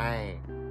はい。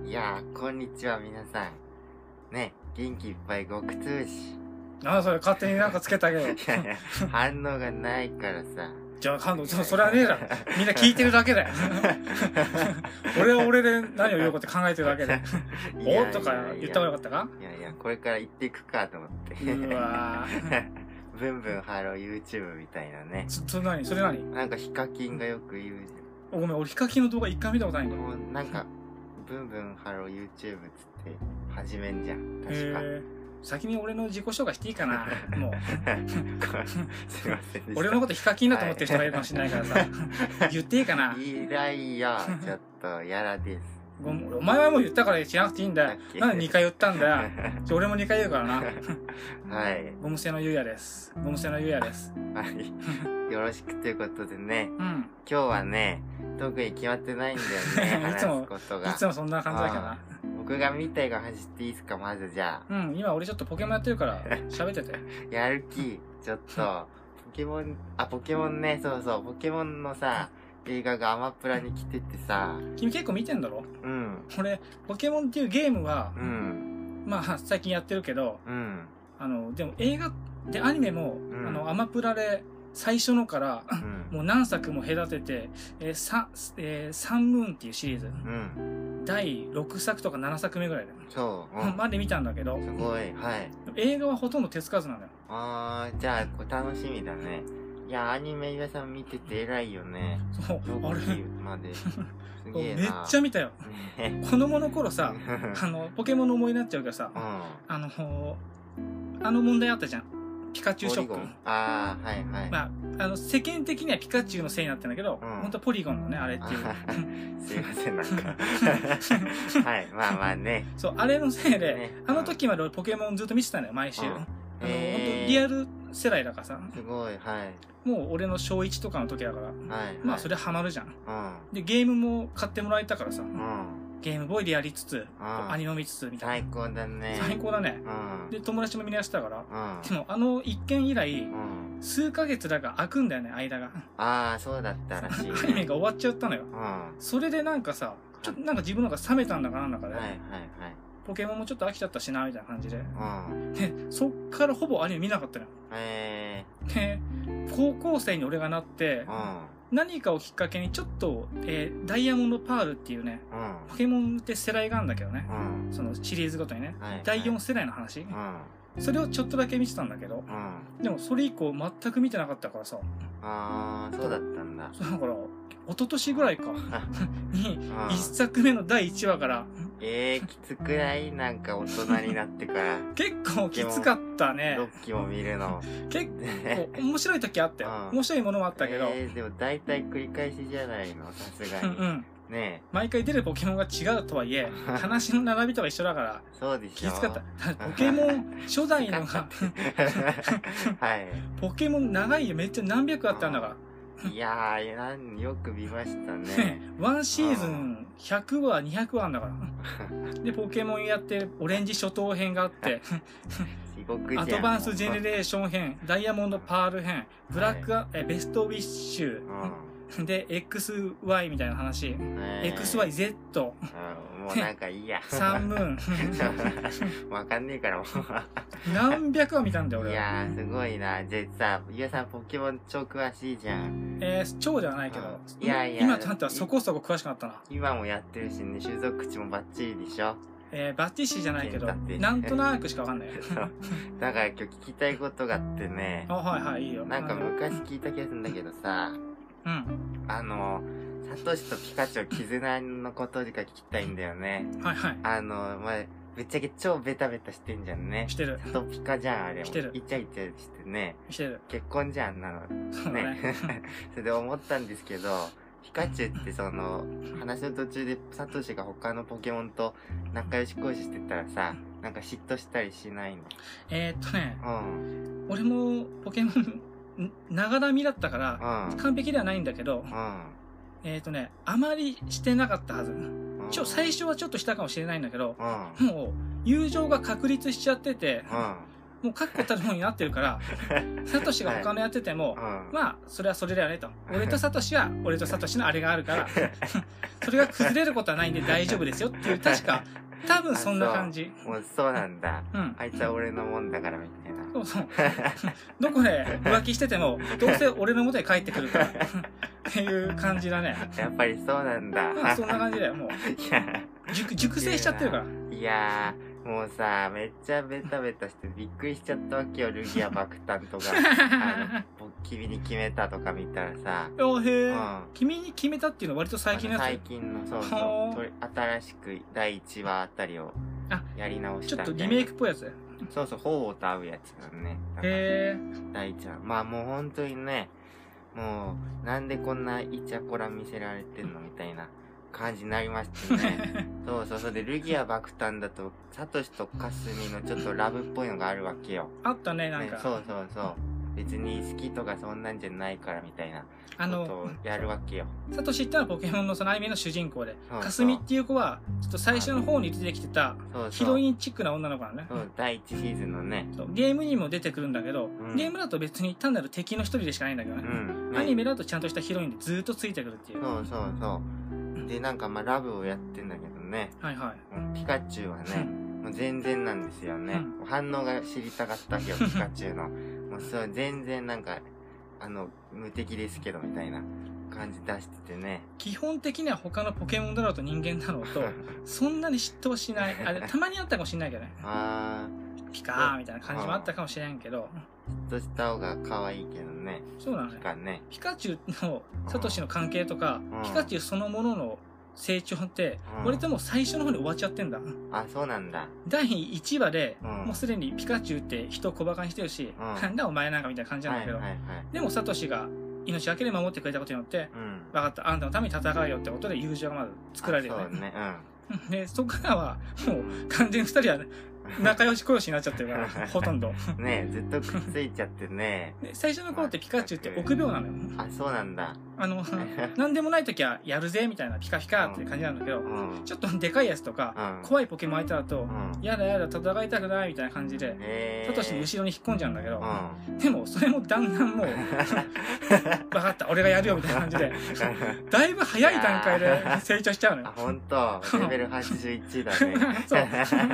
いやー、こんにちは、皆さん。ね、元気いっぱい極通し。 ああ、それ勝手になんかつけてあげる。 いやいや、反応がないからさ。 じゃあ、それはねえじゃん。みんな聞いてるだけだよ。俺は俺で何を言おうかって考えてるだけで。おとか言った方がよかったか？ いやいや、これから言っていくかと思って。 うわー。 ブンブンハロー YouTube みたいなね。 それ何？ なんかヒカキンがよく言うじごめん、俺ヒカキンの動画一回見たことないんだよ。 ゃん。もうなんか、ブンブンハロー YouTube つって始めんじゃん。確か。 先に俺の自己紹介していいかなもう。 すいませんでした。 俺のことヒカキンだと思ってる人がいるかもしれないからさ。言っていいかな？ いらいよ。ちょっと、やらです。 お前はもう言ったからしなくていいんだよ。なんで2回言ったんだよ。俺も2回言うからな。 はい。 ゴム製のゆうやです。ゴム製のゆうやです。 はい。よろしくということでね。 うん。 今日はね、特に決まってないんだよね。話すことが。 いつもそんな感じだからな。 僕が見たいが走っていいですか、まずじゃあ。うん、今俺ちょっとポケモンやってるから喋ってて。 やる気、ちょっと、ポケモンね、そうそう、ポケモンのさ、映画がアマプラに来ててさ。 君結構見てんだろ？ うん。 俺、ポケモンっていうゲームは、 うん。 まあ、最近やってるけど、 うん。 でも映画でアニメも、アマプラで最初のから、もう何作も隔てて、サンムーンっていうシリーズ。第6作とか7作目ぐらいだよ。 そう。 まで見たんだけど。 すごい、はい。 映画はほとんど手つかずなんだよ。 じゃあ、これ楽しみだね。いや、アニメ皆さん見てて偉いよね。 そう、あれまで。すげえな。 めっちゃ見たよ。子供の頃さ、ポケモンの思いになっちゃうけどさ、問題あったじゃん。ピカチュウショック。 はいはい。 まあ、世間的にはピカチュウのせいになってるんだけど、本当はポリゴンのね、あれっていう。 すいません、なんか。はい、まあまあね。 そう、あれのせいで、あの時まで俺ポケモンずっと見てたのよ、毎週。本当リアル世代だからさ。 すごい、はい。 もう俺の小1とかの時だから。 はい。 まあ、それハマるじゃん。で、ゲームも買ってもらえたからさ。ゲームボーイでやりつつ、アニメを見つつ、みたいな。 最高だね。 最高だね。で、友達もみんなやってたから。でも、一件以来、数ヶ月だが空くんだよね、間が。 そうだったらしい。 アニメが終わっちゃったのよ。それでなんかさ、ちょっとなんか自分のが冷めたんだかなんだかで。ポケモンもちょっと飽きちゃったしな、みたいな感じで。で、そっからほぼアニメ見なかったのよ。で、高校生に俺がなって、何かをきっかけにちょっと、ダイヤモンドパールっていうね、ポケモンって世代があるんだけどね、そのシリーズごとにね、第4世代の話、それをちょっとだけ見てたんだけど、でもそれ以降全く見てなかったからさ。 そうだったんだ。 だから、一昨年ぐらいか、に、1作目の第1話から、 きつくないなんか大人になってから。 結構きつかったね。 6期も見るの。 結構面白い時あったよ。面白いものもあったけど。 でも大体繰り返しじゃないの、さすがに。ね毎回出るポケモンが違うとはいえ、話の並びとか一緒だから、 そうでしょ。 きつかった。ポケモン初代のが、ポケモン長いよ。めっちゃ何百あったんだから。 いやー、よく見ましたね。 ワンシーズン100話、200話あんだから。で、ポケモンやって、オレンジ初頭編があって、アドバンスジェネレーション編、ダイヤモンドパール編、ブラック、ベストウィッシュ、で、XY みたいな話、XYZ、 もうなんかいいや。 サンムーン。わかんねえからもう。 何百話見たんだよ、俺。 いやー、すごいな。じゃあさ、ゆうさんポケモン超詳しいじゃん。 超ではないけど。 いやいや。 今となってはそこそこ詳しくなったな。 今もやってるしね、種族値もバッチリでしょ。 バッチシじゃないけど、なんとなくしかわかんない。 だから今日聞きたいことがあってね。 いいよ。 なんか昔聞いた気がするんだけどさ、サトシとピカチュウ絆のことしか聞きたいんだよね。ぶっちゃけ超ベタベタしてんじゃんね。 してる。 サトピカじゃん、あれも。 してる。 イチャイチャしてね。 してる。 結婚じゃん、なの。ね。それで思ったんですけど、ピカチュウって話の途中でサトシが他のポケモンと仲良し交渉してたらさ、なんか嫉妬したりしないの？ 俺もポケモン、ながら見だったから、完璧ではないんだけど、あまりしてなかったはず。最初はちょっとしたかもしれないんだけど、もう、友情が確立しちゃってて、もう確固たるものになってるから、サトシが他のやってても、まあ、それはそれだよねと。俺とサトシは、俺とサトシのあれがあるから、 それが崩れることはないんで大丈夫ですよっていう、確か、多分そんな感じ。 もうそうなんだ。 うん。 あいつは俺のもんだからみたいな。 そうそう。どこで浮気してても、どうせ俺の元へ帰ってくるから。っていう感じだね。 やっぱりそうなんだ。 そんな感じだよ、もう。いや、熟成しちゃってるから。 いやー、もうさ、めっちゃベタベタしてびっくりしちゃったわけよ、ルギア爆誕とか。君に決めたとか見たらさ。 へえ。君に決めたっていうのは割と最近のやつ？ 最近の、そうそう。新しく第1話あたりをやり直したみたいな。 ちょっとリメイクっぽいやつだよ。 そうそう、鳳凰と合うやつだね。 へえ。 第1話。まあもう本当にね、もう、なんでこんなイチャコラ見せられてんのみたいな感じになりましてね。そうそう、それでルギア爆誕だと、サトシとカスミのちょっとラブっぽいのがあるわけよ。 あったね、なんか。 そうそうそう。別に好きとかそんなんじゃないからみたいなことをやるわけよ。 サトシってのはポケモンのそのアニメの主人公で、カスミっていう子は、ちょっと最初の方に出てきてた、ヒロインチックな女の子なんだね。 そう、第1シーズンのね。 ゲームにも出てくるんだけど、ゲームだと別に単なる敵の一人でしかないんだけどね。アニメだとちゃんとしたヒロインでずっとついてくるっていう。 そうそうそう。で、なんかまあラブをやってんだけどね。 はいはい。 ピカチュウはね、もう全然なんですよね。反応が知りたかったわけよ、ピカチュウの。もうそう、全然なんか、無敵ですけど、みたいな感じ出しててね。 基本的には他のポケモンだろうと人間だろうと、そんなに嫉妬しない。あれ、たまにあったかもしれないけどね。ピカーみたいな感じもあったかもしれんけど。 嫉妬した方が可愛いけどね。 そうなのね。ピカチュウのサトシの関係とか、ピカチュウそのものの成長って、割ともう最初の方に終わっちゃってんだ。 あ、そうなんだ。 第1話で、もうすでにピカチュウって人を小馬鹿にしてるし、なんだお前なんかみたいな感じなんだけど、でもサトシが命だけで守ってくれたことによって、分かった、あんたのために戦うよってことで友情がまず作られるよね。そうね。で、そこからは、もう完全に2人は仲良し小良しになっちゃってるから、ほとんど。 ねえ、ずっとくっついちゃってね。 最初の頃ってピカチュウって臆病なのよ。 あ、そうなんだ。 なんでもない時はやるぜみたいなピカピカって感じなんだけど、ちょっとでかいやつとか、怖いポケモン相手だと、やだやだ戦いたくないみたいな感じで、サトシの後ろに引っ込んじゃうんだけど、でもそれもだんだんもう、分かった、俺がやるよみたいな感じで、だいぶ早い段階で成長しちゃうのよ。 あ、ほんと、レベル81だね。そう。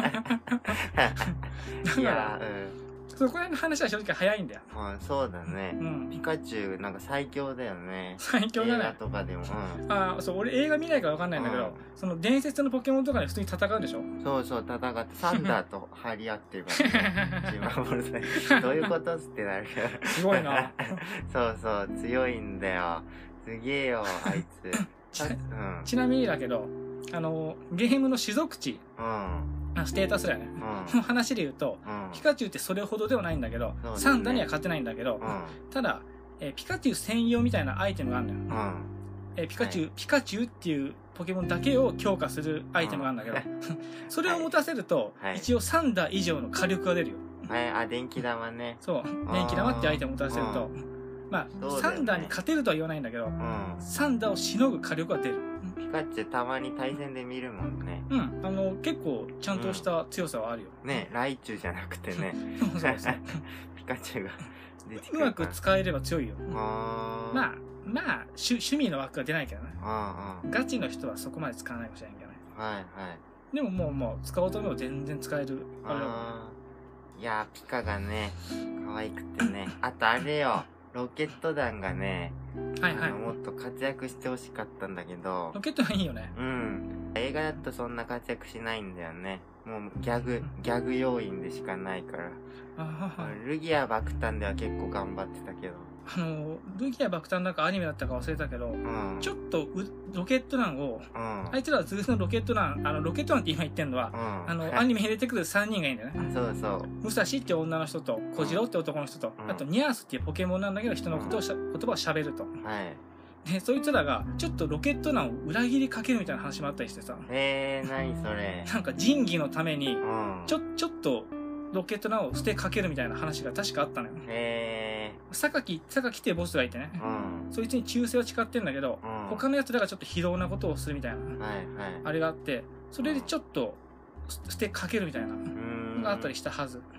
だから、そこら辺の話は正直早いんだよ。 そうだね。ピカチュウなんか最強だよね。 最強だね。 映画とかでも。 そう、俺映画見ないから分かんないんだけど、その伝説のポケモンとかで普通に戦うんでしょ？ そうそう、戦って、サンダーと張り合ってるからね。どういうことってなるけど。 すごいな。 そうそう、強いんだよ。すげえよ、あいつ。 ちなみにだけど、ゲームの種族値。ステータスだよね。の話で言うと、ピカチュウってそれほどではないんだけど、サンダには勝てないんだけど、ただ、ピカチュウ専用みたいなアイテムがあるのよ。ピカチュウっていうポケモンだけを強化するアイテムがあるんだけど、それを持たせると、一応サンダ以上の火力が出るよ。 電気玉ね。 そう、電気玉ってアイテムを持たせると、まあ、サンダに勝てるとは言わないんだけど、サンダをしのぐ火力が出る。 ピカチュウたまに対戦で見るもんね。 結構ちゃんとした強さはあるよ。 ね、ライチュウじゃなくてね。そうそうそう。ピカチュウが出てくる。 うまく使えれば強いよ。まあ、趣味の枠が出ないけどね。ガチの人はそこまで使わないかもしれないけどね。 はいはい。 でももう使おうと思えば全然使える。 いやー、ピカがね、可愛くてね。あとあれよ。ロケット団がね、もっと活躍してほしかったんだけど。 ロケット団いいよね。 映画だとそんな活躍しないんだよね。もうギャグ要因でしかないから。ルギア爆誕では結構頑張ってたけど。 ルギア爆誕なんかアニメだったか忘れたけど、ちょっとロケット団を、あいつらはずっとロケット団って今言ってんのは、アニメに出てくる3人がいいんだよね。 そうそう。 ムサシっていう女の人と、小次郎って男の人と、あとニャースっていうポケモンなんだけど、人の言葉を喋ると。で、そいつらが、ちょっとロケット団を裏切りかけるみたいな話もあったりしてさ。 何それ。 なんか仁義のために、ちょっと、ロケット弾を捨てかけるみたいな話が確かあったのよ。榊っていうボスがいてね。そいつに忠誠を誓ってんだけど、他の奴らがちょっと非道なことをするみたいな。あれがあって、それでちょっと捨てかけるみたいなのがあったりしたはず。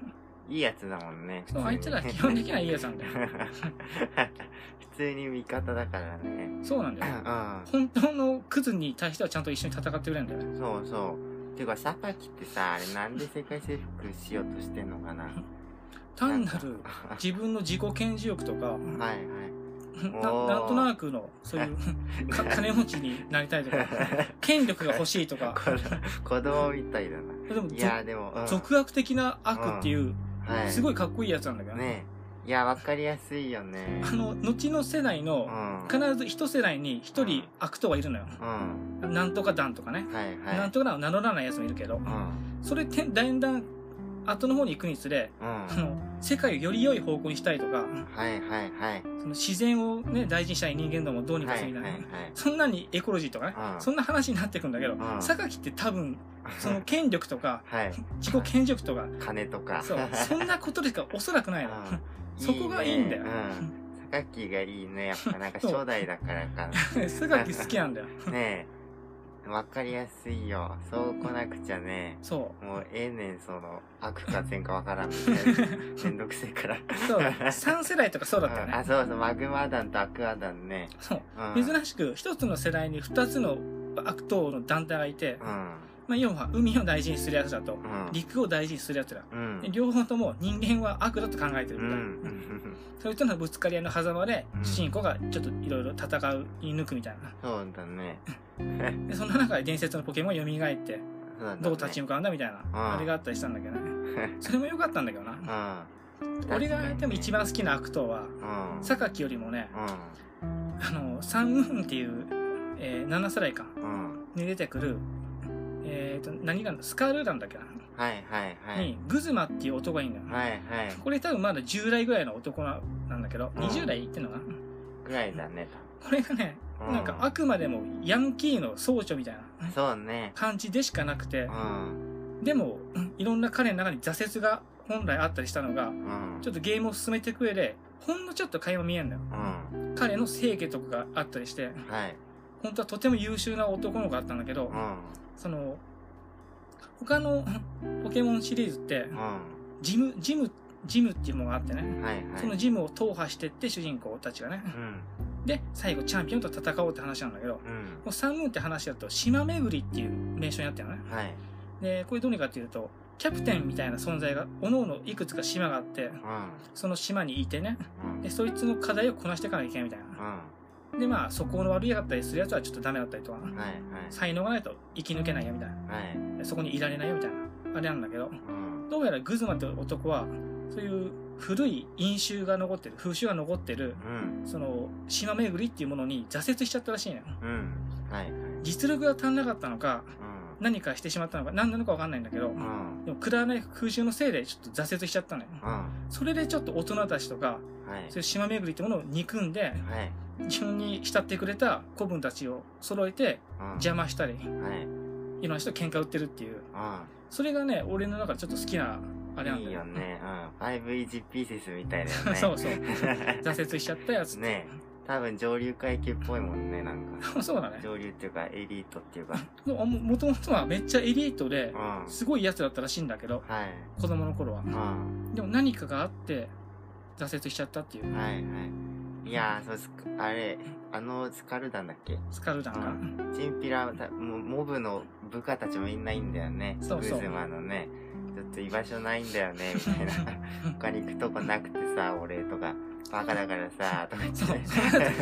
いいやつだもんね。 そう、あいつら基本的にはいいやつなんだよ。 普通に味方だからね。 そうなんだよ。本当のクズに対してはちゃんと一緒に戦ってくれるんだよね。 そうそう。てか、榊ってさ、あれなんで世界征服しようとしてんのかな。 単なる自分の自己顕示欲とか、 はいはい。 なんとなくの、そういう金持ちになりたいとか、権力が欲しいとか。 子供みたいだな。 でも、 いや、でも、 俗悪的な悪っていう、すごいかっこいいやつなんだけどね。いや、わかりやすいよね。 後の世代の、必ず一世代に一人悪党はいるのよ。なんとか団とかね。なんとか団を名乗らないやつもいるけど、それだんだん後の方に行くにつれ、世界をより良い方向にしたいとか、その自然をね、大事にしたい人間どもどうにかするみたいな。そんなにエコロジーとかね、そんな話になってくんだけど、榊って多分、その権力とか、自己顕示欲とか、 金とか、 そんなことでしかおそらくないの。そこがいいんだよ。 榊がいいね。やっぱなんか初代だからかな。 榊好きなんだよ。 ねえ。わかりやすいよ。そう来なくちゃね。 そう。 もうねん、その、悪か善かわからんみたいな。めんどくせえから。 そう。3世代とかそうだったよね。 そうそう、マグマ団とアクア団ね。 そう。珍しく、一つの世代に2つの悪党の団体がいて、まあ、要は海を大事にするやつだと、陸を大事にするやつだ。両方とも人間は悪だと考えてるみたいな。それとのぶつかり合いの狭間で、主人公がちょっといろいろ戦い抜くみたいな。 そうだね。 でその中で伝説のポケモンが蘇って、どう立ち向かうんだみたいな、あれがあったりしたんだけどね。それも良かったんだけどな。俺がでも一番好きな悪党は、榊よりもね、サンムーンっていう、7世代か、に出てくる、何がスカールーランだっけな。に、グズマっていう男がいいんだよ。これ多分まだ10代ぐらいの男なんだけど、20代いってんのかなぐらいだね。 これがね、なんかあくまでもヤンキーの総長みたいな。 そうね。 感じでしかなくて、でも、いろんな彼の中に挫折が本来あったりしたのが、ちょっとゲームを進めていく上で、ほんのちょっと垣間見えんだよ。彼の正義とかがあったりして、本当はとても優秀な男の子だったんだけど、その、他のポケモンシリーズって、ジムっていうものがあってね、そのジムを踏破してって主人公たちがね、で、最後チャンピオンと戦おうって話なんだけど、サンムーンって話だと島巡りっていう名称になってるのね。で、これどうにかっていうと、キャプテンみたいな存在が、各々いくつか島があって、その島にいてね、で、そいつの課題をこなしていかなきゃいけないみたいな。で、まあ、素行の悪いかったりするやつはちょっとダメだったりとか、才能がないと生き抜けないよみたいな。そこにいられないよみたいな。あれなんだけど、どうやらグズマって男は、そういう古い風習が残ってる、その、島巡りっていうものに挫折しちゃったらしいのよ。実力が足んなかったのか、何かしてしまったのか、何なのかわかんないんだけど、でも、くだらない風習のせいでちょっと挫折しちゃったのよ。それでちょっと大人たちとか、そういう島巡りってものを憎んで、自分に慕ってくれた子分たちを揃えて邪魔したり、いろんな人と喧嘩売ってるっていう、それがね、俺の中でちょっと好きなあれなんだよ。 いいよね。5EG ピーセスみたいだよね。 そうそう。挫折しちゃったやつね。多分上流階級っぽいもんね、なんか。 そうだね。 上流っていうかエリートっていうか。 もともとはめっちゃエリートで、すごいやつだったらしいんだけど、子供の頃は。でも何かがあって挫折しちゃったっていう。 いやー、そうあれ、スカルダンだっけ？ スカルダンか。 チンピラ、モブの部下たちもみんないいんだよね。 そうそう。 グズマのね。ちょっと居場所ないんだよね、みたいな。他に行くとこなくてさ、俺とか、バカだからさ、とか言って。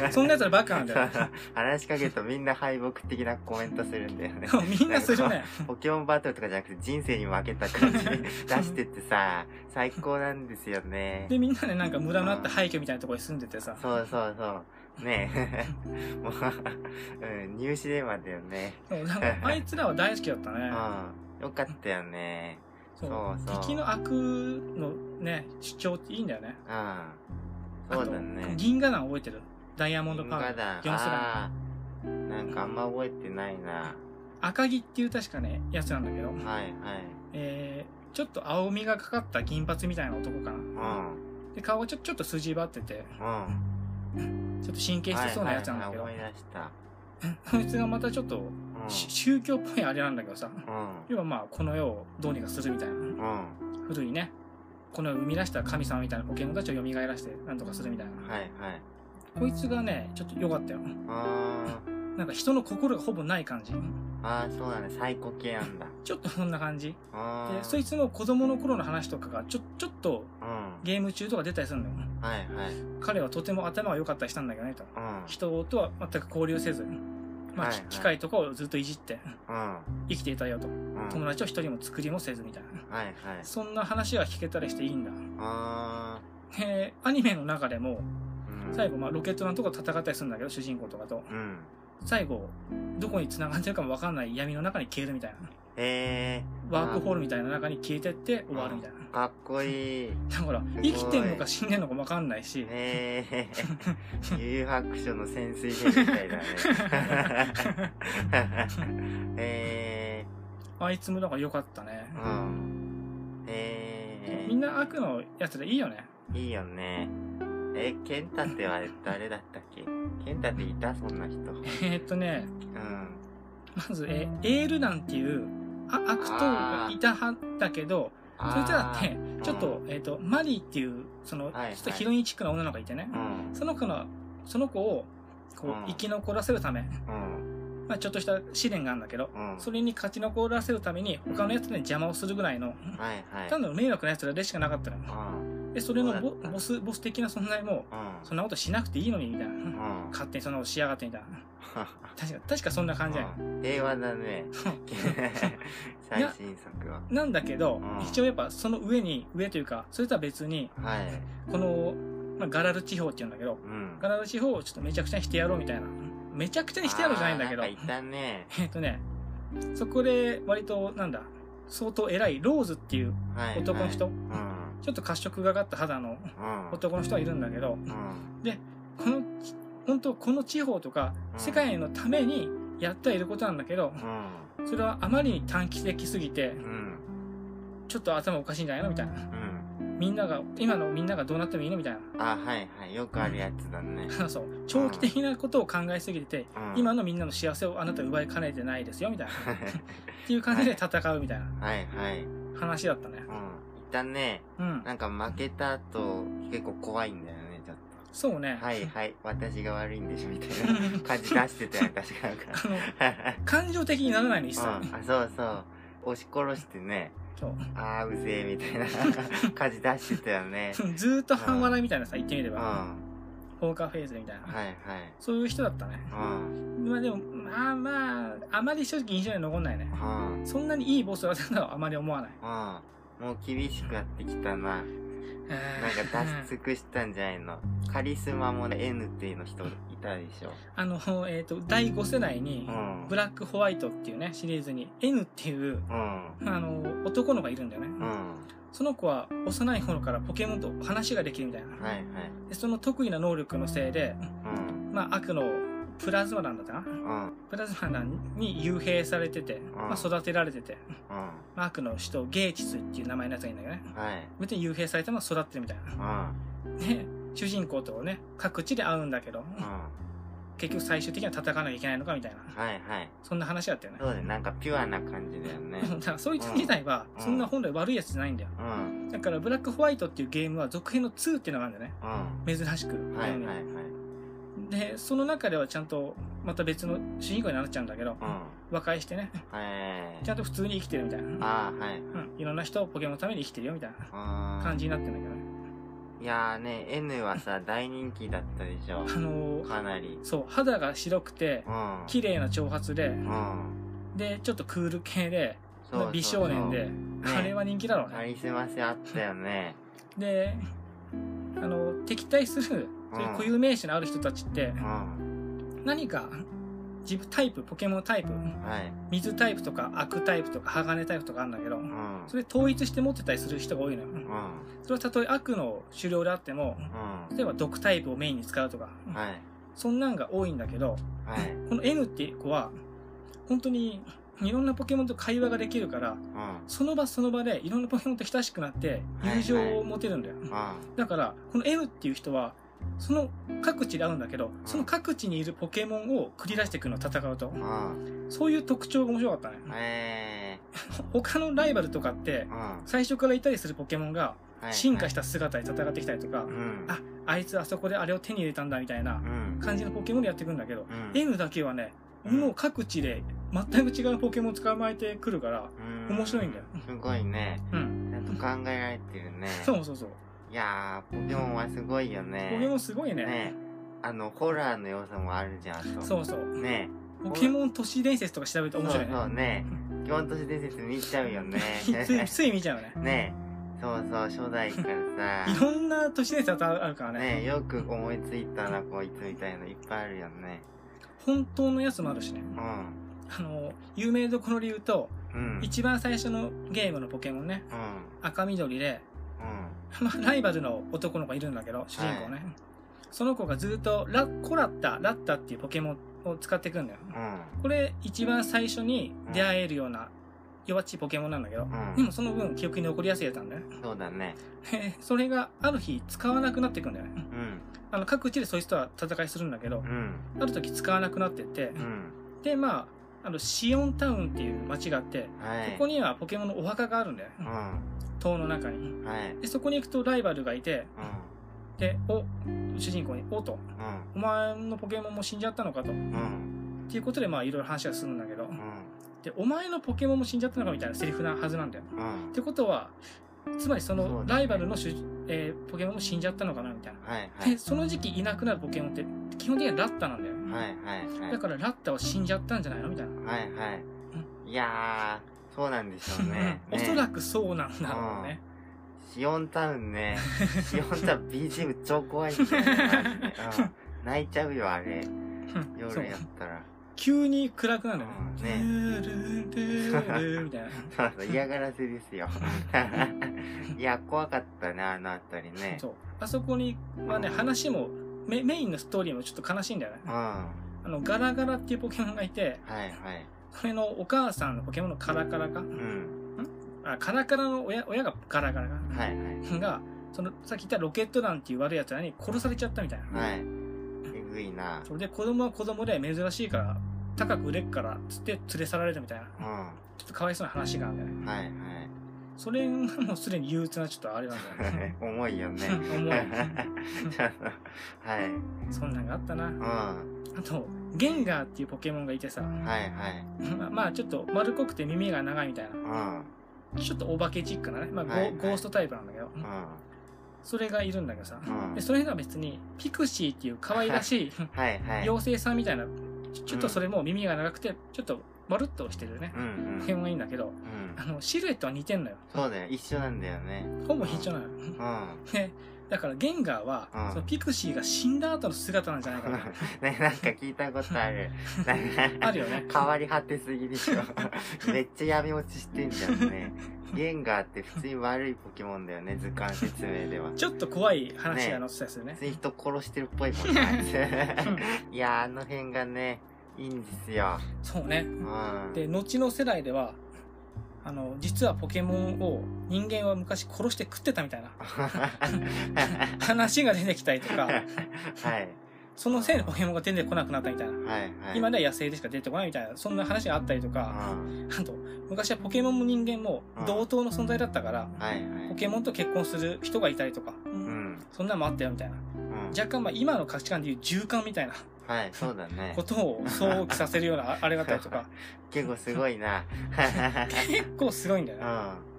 そんなやつはバカなんだよ。 話しかけるとみんな敗北的なコメントするんだよね。 みんなするね。 ポケモンバトルとかじゃなくて人生に負けた感じ出してってさ、最高なんですよね。 で、みんなでなんか無駄のあった廃墟みたいなところに住んでてさ。 そうそうそう。ねえ。もう、ニューシネマだよね。 なんかあいつらは大好きだったね。 よかったよね。 そう。敵の悪のね、主張っていいんだよね。 そうだね。 銀河団覚えてる？ダイヤモンドパール。4世代。 なんかあんま覚えてないな。 赤木っていう確かね、やつなんだけど。ちょっと青みがかかった銀髪みたいな男かな。で、顔がちょっと筋張ってて。ちょっと神経質そうなやつなんだけど。 思い出した。 そいつがまたちょっと、宗教っぽいあれなんだけどさ。要はまあ、この世をどうにかするみたいな。古いね。 この世を生み出した神様みたいなポケモンたちを蘇らせてなんとかするみたいな。 はいはい。 こいつがね、ちょっと良かったよ。なんか人の心がほぼない感じ。 ああ、そうだね。サイコ系なんだ。 ちょっとそんな感じ。で、そいつの子供の頃の話とかがちょっとゲーム中とか出たりするんだよ。はいはい。彼はとても頭が良かったりしたんだけどねと。人とは全く交流せず、まあ、機械とかをずっといじって生きていたよと。友達を一人も作りもせずみたいな。はいはい。そんな話が聞けたりしていいんだ。アニメの中でも、最後、まあ、ロケットなんとか戦ったりするんだけど、主人公とかと。最後、どこに繋がってるかもわかんない闇の中に消えるみたいな。ワークホールみたいな中に消えてって終わるみたいな。 かっこいい。 だから、生きてんのか死んでんのかわかんないし。 幽白書の潜水兵みたいだね。 あいつもだから良かったね。みんな悪のやつでいいよね。 いいよね。ケンタっては誰だったっけ？ケンタっていた？そんな人。 まず、エールダンっていう悪党がいたはだけど、そいつらって、ちょっと、マリーっていう、ちょっとヒロインチックな女の子がいてね、その子を、こう、生き残らせるため、まあちょっとした試練があるんだけど、それに勝ち残らせるために、他のやつに邪魔をするぐらいの、単なる迷惑なやつらでしかなかったのよ。で、それのボス的な存在も、そんなことしなくていいのに、みたいな。勝手にそんなことしやがって、みたいな。確かそんな感じだよ。 平和だね。最新作は。 なんだけど、一応やっぱその上というか、それとは別に、この、まあ、ガラル地方って言うんだけど、ガラル地方をちょっとめちゃくちゃにしてやろうみたいな。めちゃくちゃにしてやろうじゃないんだけど。そこで割と、相当偉いローズっていう男の人、ちょっと褐色がかった肌の男の人がいるんだけど、で、本当この地方とか世界のためにやってはいることなんだけど、それはあまりに短期的すぎて、ちょっと頭おかしいんじゃないのみたいな。今のみんながどうなってもいいのみたいな。 はいはい。よくあるやつだね。 そう。長期的なことを考えすぎてて、今のみんなの幸せをあなた奪いかねてないですよ、みたいな。っていう感じで戦うみたいな。話だったね。 いたね。なんか負けた後、結構怖いんだよね、ちょっと。 そうね。 はいはい、私が悪いんでしょ、みたいな感じ出してたよね、確か。 感情的にならないの、一切。 そうそう。押し殺してね。うぜえみたいな感じ出してたよね。 ずーっと半笑いみたいなさ、言ってみれば。ポーカーフェイズみたいな。そういう人だったね。まあでも、あまり正直印象に残んないね。そんなにいいボスだったとはあまり思わない。 もう厳しくなってきたな。なんか出し尽くしたんじゃないの。カリスマもね、N っていうの人いたでしょ。 第5世代に、ブラックホワイトっていうね、シリーズに N っていう、男の子がいるんだよね。その子は幼い頃からポケモンと話ができるみたいな。でその得意な能力のせいで、まあ悪のプラズマなんだったかな、プラズマなんに幽閉されてて、まあ育てられてて、まあ悪の首都ゲーチスっていう名前のやつがいいんだけどね。別に幽閉されたのは育ってるみたいな。で、主人公とね、各地で会うんだけど、結局最終的には戦わなきゃいけないのかみたいな。そんな話だったよね。 そうだね、なんかピュアな感じだよね。 だからそいつ自体は、そんな本来悪いやつじゃないんだよ。だから、ブラックホワイトっていうゲームは続編の2っていうのがあるんだよね。珍しく。で、その中ではちゃんと、また別の主人公になっちゃうんだけど、和解してね、ちゃんと普通に生きてるみたいな。いろんな人をポケモンのために生きてるよみたいな感じになってるんだけどね。 いやーね、N はさ、大人気だったでしょ。かなり。 そう、肌が白くて、綺麗な長髪で、で、ちょっとクール系で、美少年で、あれは人気だろうね。 カリスマ性あったよね。 で、敵対する、そういう固有名詞のある人たちって、何か、自分タイプ、ポケモンタイプ、水タイプとか悪タイプとか鋼タイプとかあるんだけど、それ統一して持ってたりする人が多いのよ。それはたとえ悪の狩猟であっても、例えば毒タイプをメインに使うとか、そんなんが多いんだけど、この N っていう子は、本当にいろんなポケモンと会話ができるから、その場その場でいろんなポケモンと親しくなって友情を持てるんだよ。だから、この N っていう人は、その各地で会うんだけど、その各地にいるポケモンを繰り出していくの、戦うと。そういう特徴が面白かったね。他のライバルとかって、最初からいたりするポケモンが、 進化した姿で戦ってきたりとか、あいつあそこであれを手に入れたんだみたいな感じのポケモンでやってくんだけど、N だけはね、もう各地で全く違うポケモン捕まえてくるから面白いんだよ。 すごいね。ちゃんと考えられてるね。 そうそうそう。 いやー、ポケモンはすごいよね。 ポケモンすごいね。 ね、ホラーの要素もあるじゃんと。 そうそう。 ね、 ポケモン都市伝説とか調べて面白いね。 そうね。ポケモン都市伝説見ちゃうよね。 つい見ちゃうね。 ね、そうそう、初代からさ。 いろんな都市伝説あるからね。 ね、よく思いついたな、こいつみたいのいっぱいあるよね。 本当のやつもあるしね。有名どころで言うと、一番最初のゲームのポケモンね。赤緑で、ライバルの男の子がいるんだけど、主人公ね。その子がずっとラッタっていうポケモンを使っていくんだよ。これ一番最初に出会えるような弱っちいポケモンなんだけど、でもその分記憶に残りやすいやつなんだよね。 そうだね。 それがある日使わなくなっていくんだよね。各地でそいつとは戦いするんだけど、ある時使わなくなってって、で、まあ、シオンタウンっていう街があって、そこにはポケモンのお墓があるんだよ。塔の中に。で、そこに行くとライバルがいて、で、主人公に、と、お前のポケモンも死んじゃったのかと。っていうことで、まあ、いろいろ話が進むんだけど、で、お前のポケモンも死んじゃったのかみたいなセリフなはずなんだよ。ってことは、つまりそのライバルのポケモンも死んじゃったのかなみたいな。で、その時期いなくなるポケモンって基本的にはラッタなんだよ。だからラッタは死んじゃったんじゃないのみたいな。いやー、そうなんでしょうね。 おそらくそうなんだろうね。 シオンタウンね。シオンタウン BGM 超怖いんだよね。泣いちゃうよ、あれ。夜やったら。 急に暗くなるよね。 みたいな。そうそう、嫌がらせですよ。いや、怖かったね、あのあたりね。 そう。あそこにはね、話も、メインのストーリーもちょっと悲しいんだよね。ガラガラっていうポケモンがいて、それのお母さんのポケモンのカラカラか。カラカラの親がガラガラが、その、さっき言ったロケット団っていう悪い奴らに殺されちゃったみたいな。えぐいな。それで子供は子供で珍しいから、高く売れっから、つって連れ去られるみたいな。ちょっとかわいそうな話があるんだよね。それがもうすでに憂鬱なちょっとあれなんだよね。 重いよね。 重い。そんなんがあったな。あと、ゲンガーっていうポケモンがいてさ。まあちょっと丸っこくて耳が長いみたいな。ちょっとお化けチックなね。まあゴーストタイプなんだけど。それがいるんだけどさ。で、それが別に、ピクシーっていう可愛らしい妖精さんみたいな、ちょっとそれも耳が長くて、ちょっと丸っとしてるね。ポケモンがいいんだけど、シルエットは似てんのよ。 そうだよ。一緒なんだよね。 ほぼ一緒なのよ。だからゲンガーは、そのピクシーが死んだ後の姿なんじゃないかな。 ね、なんか聞いたことある。 あるよね。 変わり果てすぎでしょ。めっちゃ闇落ちしてんじゃんね。ゲンガーって普通に悪いポケモンだよね、図鑑説明では。 ちょっと怖い話が載ってたりするね。 普通に人殺してるっぽいもんね。いや、あの辺がね、いいんですよ。 そうね。で、後の世代では、実はポケモンを人間は昔殺して食ってたみたいな話が出てきたりとか、そのせいでポケモンが出てこなくなったみたいな、今では野生でしか出てこないみたいな、そんな話があったりとか、あと昔はポケモンも人間も同等の存在だったから、ポケモンと結婚する人がいたりとか、そんなのもあったよみたいな、若干まあ今の価値観でいう循環みたいなそうだね。 ことを想起させるようなあれがあったりとか。 結構すごいな。 結構すごいんだよ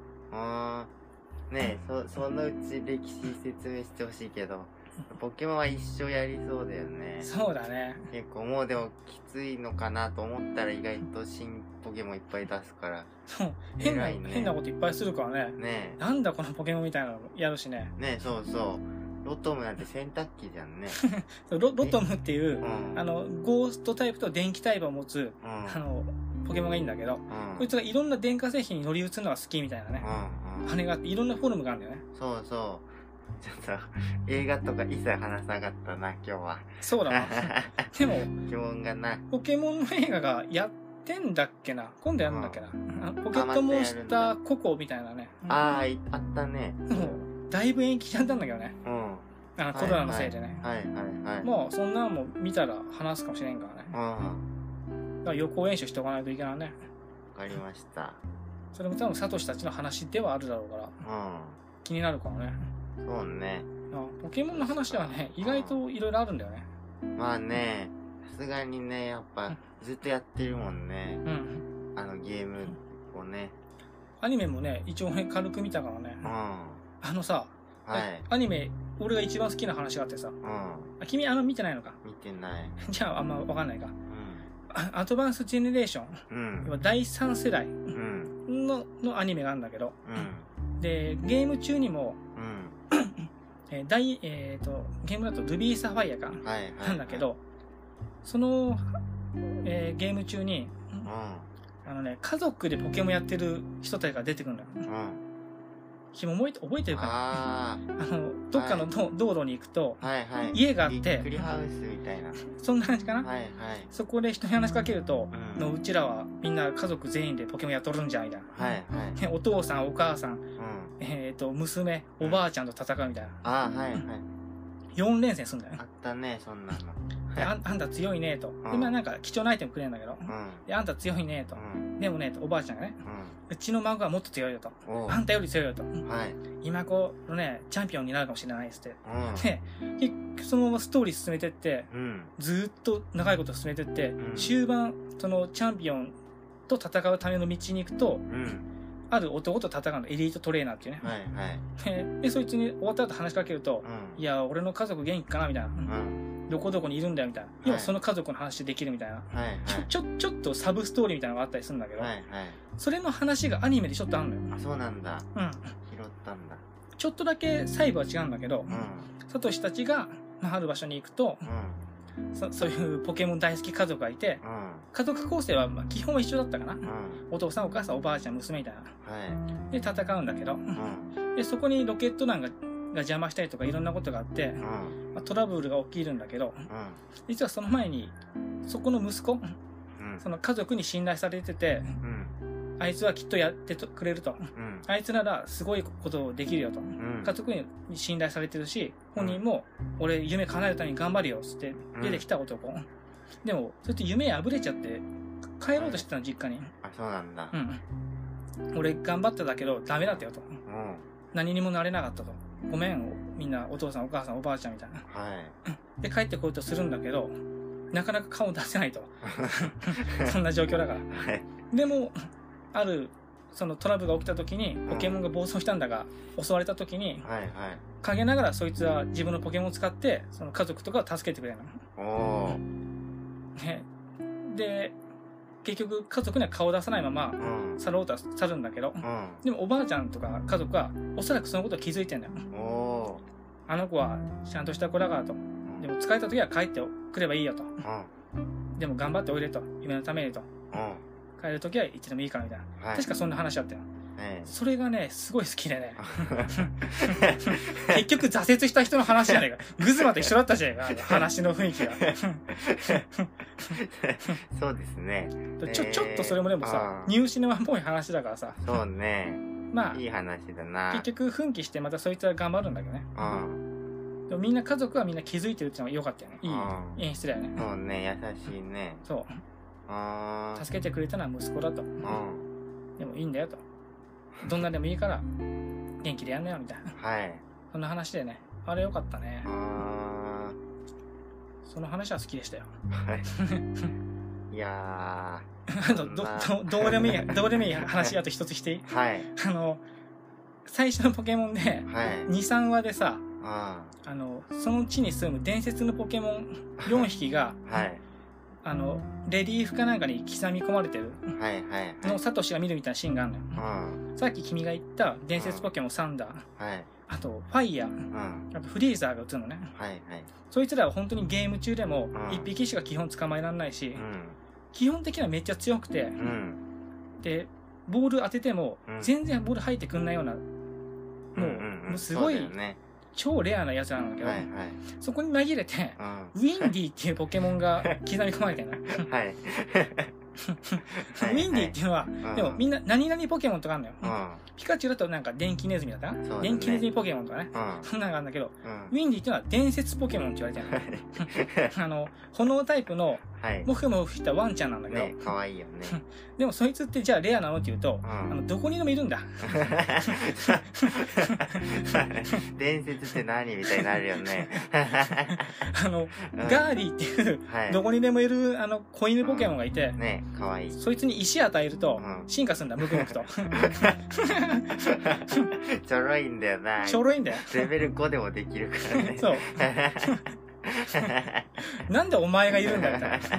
ね。ねえ、そのうち歴史説明してほしいけど、ポケモンは一生やりそうだよね。 そうだね。 結構もうでもきついのかなと思ったら意外と新ポケモンいっぱい出すから。 そう。変なこといっぱいするからね。ねえ。なんだこのポケモンみたいなのやるしね。 ねえ、そうそう。ロトムなんて洗濯機じゃんね。 ロトムっていう、ゴーストタイプと電気タイプを持つ、ポケモンがいいんだけど、こいつがいろんな電化製品に乗り移るのが好きみたいなね。あれがあって、いろんなフォルムがあるんだよね。 そうそう。ちょっと、映画とか一切話さなかったな、今日は。 そうだな。でも、 ポケモンがな。 ポケモンの映画がやってんだっけな、今度やるんだっけな。ポケットモンスターココみたいなね。 あったね。 だいぶ延期しちゃったんだけどね。コロナのせいでね。もうそんなんも見たら話すかもしれんからね。だから予行演習しておかないといけないね。 わかりました。 それも多分サトシたちの話ではあるだろうから。 気になるからね。 そうね。 ポケモンの話はね、意外といろいろあるんだよね。 まあね、さすがにね、やっぱずっとやってるもんね。ゲームをね。 アニメもね、一応ね、軽く見たからね。さ、アニメ、俺が一番好きな話があってさ。君見てないのか？ 見てない。 じゃああんまわかんないか。アドバンスジェネレーション。第3世代のアニメがあるんだけど。で、ゲーム中にも、ゲームだとルビーサファイアかなんだけど、その、ゲーム中に、家族でポケモンやってる人たちが出てくるんだよ。君覚えてるかな？どっかの道路に行くと、家があって、 クリハウスみたいな。 そんな感じかな？そこで人に話しかけると、うちらはみんな家族全員でポケモンやっとるんじゃん、みたいな。お父さん、お母さん、娘、おばあちゃんと戦うみたいな。4連戦すんだよね。 あったね、そんなの。 あんた強いねと。で、なんか貴重なアイテムくれるんだけど。あんた強いねと。でもね、おばあちゃんがね、うちの孫はもっと強いよと。あんたより強いよと。今このね、チャンピオンになるかもしれないっつって。で、そのままストーリー進めてって、ずーっと長いこと進めてって、終盤、そのチャンピオンと戦うための道に行くと、ある男と戦うの、エリートトレーナーっていうね。で、そいつに終わった後話しかけると、いや、俺の家族元気かなみたいな。どこどこにいるんだよみたいな。要はその家族の話できるみたいな。ちょっとサブストーリーみたいなのがあったりするんだけど、それの話がアニメでちょっとあるのよ。 あ、そうなんだ。拾ったんだ。 ちょっとだけ細部は違うんだけど、サトシたちが、ある場所に行くと、そういうポケモン大好き家族がいて、家族構成は基本は一緒だったかな。お父さん、お母さん、おばあちゃん、娘みたいな。で、戦うんだけど、で、そこにロケット弾が邪魔したりとかいろんなことがあって、トラブルが起きるんだけど、実はその前に、そこの息子、その家族に信頼されてて、あいつはきっとやってくれると。あいつならすごいことできるよと。家族に信頼されてるし、本人も俺夢叶えるために頑張るよって出てきた男。でも、そうやって夢破れちゃって帰ろうとしてたの、実家に。 あ、そうなんだ。 俺頑張ってたけどダメだったよと。何にもなれなかったと。ごめん、みんなお父さんお母さんおばあちゃんみたいな。で、帰ってこようとするんだけど、なかなか顔出せないと。そんな状況だから。でも、ある、そのトラブルが起きた時に、ポケモンが暴走したんだが、襲われた時に、陰ながらそいつは自分のポケモンを使って、その家族とかを助けてくれるの。で、結局家族には顔を出さないまま、去ろうとは去るんだけど、でもおばあちゃんとか家族は、おそらくそのことを気づいてんだよ。あの子はちゃんとした子だからと。でも疲れた時は帰ってくればいいよと。でも頑張っておいでと。夢のためにと。帰る時はいつでもいいからみたいな。確かそんな話あったよ。それがね、すごい好きでね。結局挫折した人の話じゃねえか。グズマと一緒だったじゃねえか。話の雰囲気が。 そうですね。 ちょっとそれもでもさ、ニューシネマっぽい話だからさ。 そうね。 まあ、 いい話だな。 結局奮起してまたそいつは頑張るんだけどね。でもみんな家族はみんな気づいてるっていうのが良かったよね。いい演出だよね。 そうね、優しいね。 そう。助けてくれたのは息子だと。でもいいんだよと。どんなでもいいから元気でやんなよみたいな。そんな話でね。あれ良かったね。その話は好きでしたよ。 いやー。どうでもいい話あと一つしていい？最初のポケモンで、2、3話でさ、その地に住む伝説のポケモン4匹が、レリーフかなんかに刻み込まれてるのサトシが見るみたいなシーンがあるのよ。さっき君が言った伝説ポケモンサンダー、あとファイヤー、あとフリーザーが映るのね。そいつらは本当にゲーム中でも1匹しか基本捕まえられないし、基本的にはめっちゃ強くて、でボール当てても全然ボール入ってくんないような、もうすごい超レアなやつなんだけど、そこに紛れて、ウィンディっていうポケモンが刻み込まれてるの。 ウィンディっていうのは、でもみんな何々ポケモンとかあるのよ。ピカチュウだとなんか電気ネズミだったな。電気ネズミポケモンとかね。そんなのがあるんだけど、ウィンディっていうのは伝説ポケモンって言われてるの。炎タイプの、モフモフしたワンちゃんなんだけど。 ね、かわいいよね。 でもそいつってじゃあレアなのって言うと、どこにでもいるんだ。 伝説って何みたいになるよね。 ガーリーっていう、どこにでもいる子犬ポケモンがいて、 ね、かわいい。 そいつに石与えると、進化するんだ、ムクムクと。 ちょろいんだよな。 ちょろいんだよ。 レベル5でもできるからね。 そう。なんでお前がいるんだみたいな。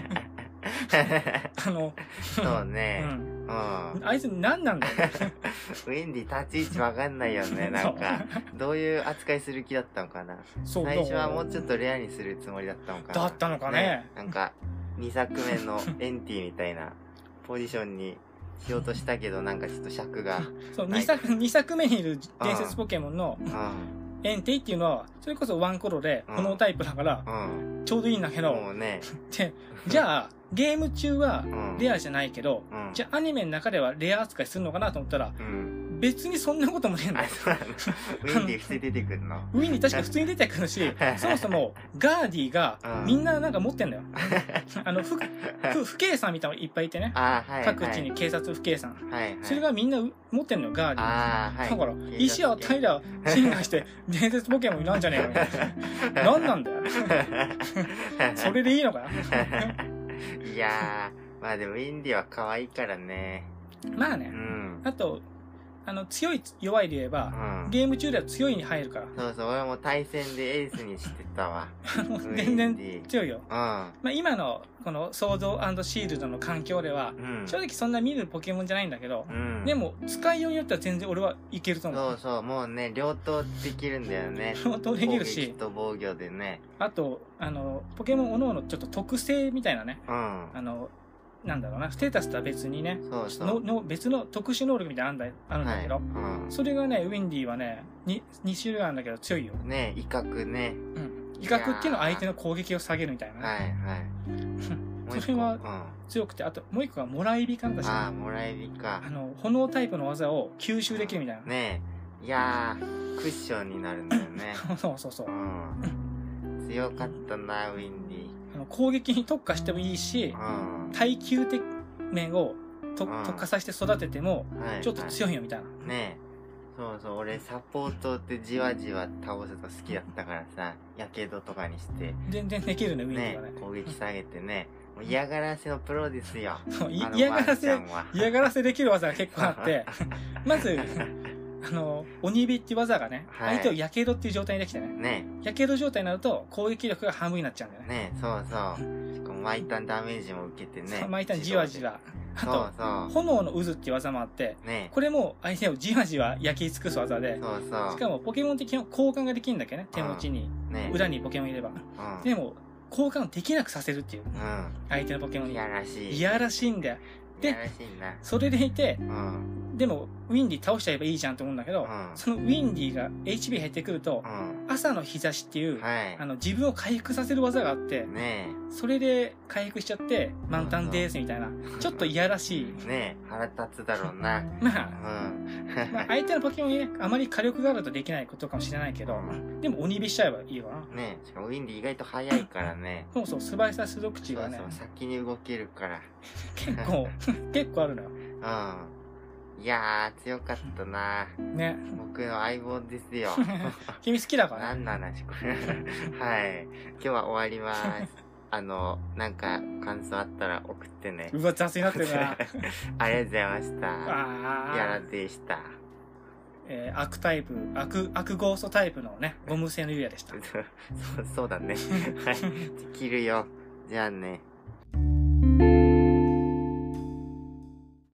そうね。 あいつ何なんだよ。 ウィンディ立ち位置わかんないよね。なんか、どういう扱いする気だったのかな。最初はもうちょっとレアにするつもりだったのかな。 だったのかね。 なんか、2作目のエンティみたいなポジションにしようとしたけど、なんかちょっと尺が。 そう、2作目にいる伝説ポケモンの、エンティっていうのは、それこそワンコロで、炎タイプだから、ちょうどいいんだけど、じゃあ、ゲーム中はレアじゃないけど、じゃあアニメの中ではレア扱いするのかなと思ったら、別にそんなこともねえんだよ。 ウィンディ普通に出てくるの？ ウィンディ確か普通に出てくるし、そもそもガーディがみんななんか持ってんだよ。不警さんみたいなのいっぱいいてね。各地に警察不警さん。それがみんな持ってんのよ、ガーディ。だから、石を与えりゃ進化して伝説ポケモンになんじゃねえかみたいな。何なんだよ。それでいいのかな？ いやー、まあでもウィンディは可愛いからね。 まあね。あと、強い弱いで言えば、ゲーム中では強いに入るから。 そうそう、俺も対戦でエースにしてたわ。 全然強いよ。まあ今の、このソード&シールドの環境では、正直そんな見るポケモンじゃないんだけど、でも、使いようによっては全然俺はいけると思う。 そうそう、もうね、両党できるんだよね。 両党できるし。 攻撃と防御でね。 あと、ポケモンおのおのちょっと特性みたいなね。なんだろうな、ステータスとは別にね、別の特殊能力みたいなのあるんだけど、それがね、ウィンディはね、2種類あるんだけど強いよ。 ね、威嚇ね。 威嚇っていうのは相手の攻撃を下げるみたいなね。それは強くて、あともう一個がもらい火かんだし。 もらい火か。 炎タイプの技を吸収できるみたいな。 ねいやー、クッションになるんだよね。 そうそうそう。 強かったな、ウィンディ。 攻撃に特化してもいいし、耐久的面を特化させて育てても、ちょっと強いよみたいな。 ねそうそう、俺サポートってじわじわ倒すの好きだったからさ、やけどとかにして。 全然できるね、ウィンディはね。 攻撃下げてね。もう嫌がらせのプロですよ。 嫌がらせできる技が結構あって、まず、鬼火っていう技がね、相手をやけどっていう状態にできてね。やけど状態になると攻撃力が半分になっちゃうんだよね。 そうそう。しかも毎ターンダメージも受けてね。 毎ターンじわじわ。あと、炎の渦っていう技もあって、これも相手をじわじわ焼き尽くす技で、しかもポケモン的な交換ができるんだっけね、手持ちに。裏にポケモンいれば。でも、交換できなくさせるっていう。相手のポケモンに。 いやらしい。 いやらしいんだよ。で、それでいて、でも、ウィンディ倒しちゃえばいいじゃんと思うんだけど、そのウィンディが HP 減ってくると、朝の日差しっていう、自分を回復させる技があって、それで回復しちゃって、満タンですみたいな、ちょっといやらしい。 腹立つだろうな。 まあ、相手のポケモンにね、あまり火力があるとできないことかもしれないけど、でも鬼火しちゃえばいいよな。 しかもウィンディ意外と速いからね。 そうそう、素早さ素読値がね。 先に動けるから。 結構あるのよ。 いやー、強かったな。 ね。 僕の相棒ですよ。 君好きだからね。何の話これ。はい。今日は終わります。なんか、感想あったら送ってね。 うわ、雑になってるな。 ありがとうございました。やらでした。 悪タイプ、悪ゴーストタイプのね、ゴム製のユウヤでした。 そうだね。はい。切るよ。じゃあね。